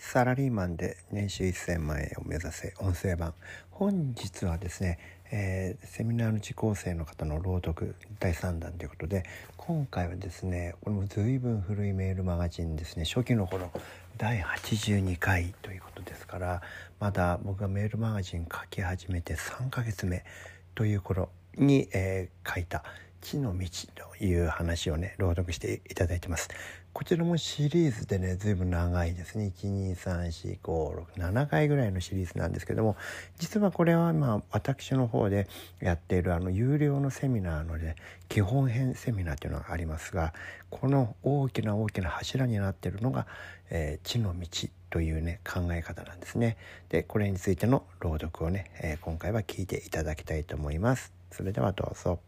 サラリーマンで年収1000万円を目指せ音声版。本日はですね、セミナーの受講生の方の朗読第3弾ということで、今回はですね、これも随分古いメールマガジンですね、初期の頃第82回ということですから、まだ僕がメールマガジン書き始めて3ヶ月目という頃に、書いた地の道という話をね朗読していただいてます。こちらもシリーズでね随分長いですね。1234567回ぐらいのシリーズなんですけども、実はこれは私の方でやっている有料のセミナーので基本編セミナーというのがありますが、この大きな柱になっているのが、地の道というね考え方なんですね。でこれについての朗読をね、今回は聞いていただきたいと思います。それではどうぞ。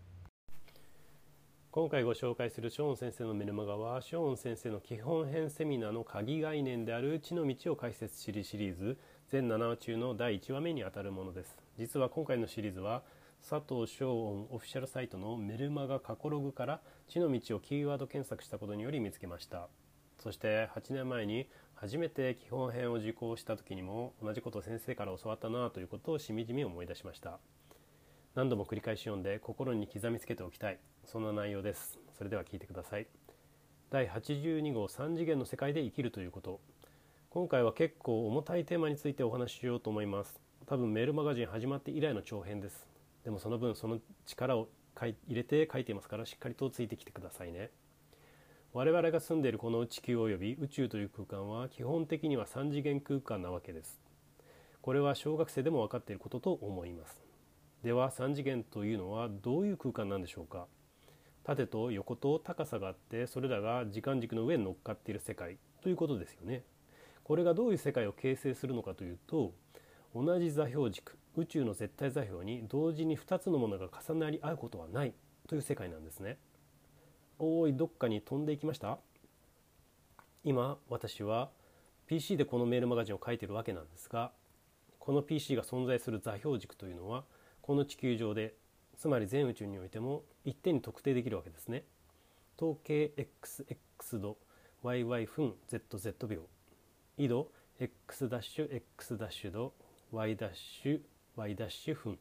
今回ご紹介するショーン先生のメルマガは、ショーン先生の基本編セミナーの鍵概念である地の道を解説シリーズ全7話中の第1話目にあたるものです。実は今回のシリーズは佐藤ショーンオフィシャルサイトのメルマガ過去ログから地の道をキーワード検索したことにより見つけました。そして8年前に初めて基本編を受講した時にも同じことを先生から教わったなということをしみじみ思い出しました。何度も繰り返し読んで心に刻みつけておきたい、そんな内容です。それでは聞いてください。第82号3次元の世界で生きるということ。今回は結構重たいテーマについてお話ししようと思います。多分メールマガジン始まって以来の長編です。でもその分その力を入れて書いていますから、しっかりとついてきてくださいね。我々が住んでいるこの地球及び宇宙という空間は基本的には3次元空間なわけです。これは小学生でも分かっていることと思います。では3次元というのはどういう空間なんでしょうか。縦と横と高さがあって、それらが時間軸の上に乗っかっている世界ということですよね。これがどういう世界を形成するのかというと、同じ座標軸、宇宙の絶対座標に同時に2つのものが重なり合うことはないという世界なんですね。おい、どっかに飛んでいきました？今私は PC でこのメールマガジンを書いているわけなんですが、この PC が存在する座標軸というのはこの地球上で、つまり全宇宙においても一点に特定できるわけですね。統計 XX 度 YY 分 ZZ 秒、緯度 X' X' 度 Y' Y' 分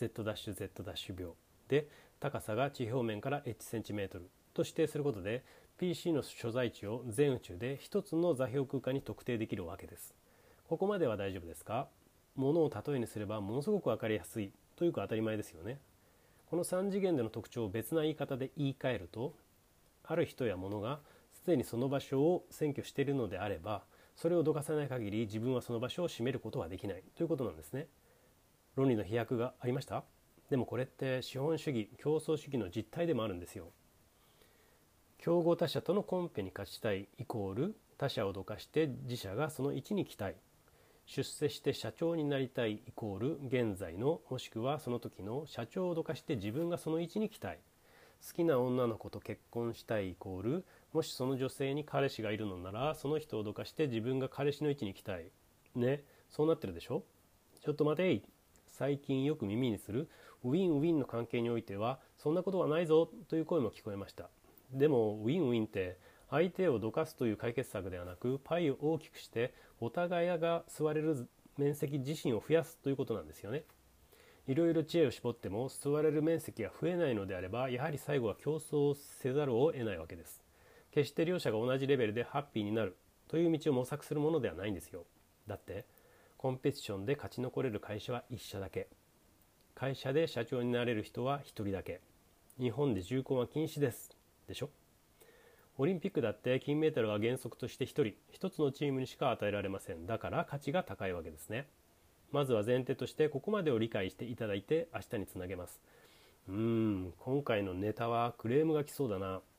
Z' 秒で、高さが地表面から H cm と指定することで PC の所在地を全宇宙で一つの座標空間に特定できるわけです。ここまでは大丈夫ですか？ものを例えにすればものすごく分かりやすいというか当たり前ですよね。この3次元での特徴を別な言い方で言い換えると、ある人や物がすでにその場所を占拠しているのであれば、それをどかさない限り自分はその場所を占めることはできないということなんですね。論理の飛躍がありました？でもこれって資本主義競争主義の実態でもあるんですよ。競合他社とのコンペに勝ちたいイコール他社をどかして自社がその位置に来たい。出世して社長になりたいイコール現在のもしくはその時の社長をどかして自分がその位置に来たい。好きな女の子と結婚したいイコール、もしその女性に彼氏がいるのならその人をどかして自分が彼氏の位置に来たいね。そうなってるでしょ。ちょっと待てい。最近よく耳にするウィンウィンの関係においてはそんなことはないぞという声も聞こえました。でもウィンウィンって相手をどかすという解決策ではなく、パイを大きくしてお互いが座れる面積自身を増やすということなんですよね。いろいろ知恵を絞っても座れる面積が増えないのであれば、やはり最後は競争せざるを得ないわけです。決して両者が同じレベルでハッピーになるという道を模索するものではないんですよ。だってコンペティションで勝ち残れる会社は1社だけ、会社で社長になれる人は1人だけ。日本で重婚は禁止ですでしょ。オリンピックだって金メダルは原則として一つのチームにしか与えられません。だから価値が高いわけですね。まずは前提としてここまでを理解していただいて明日につなげます。今回のネタはクレームが来そうだな。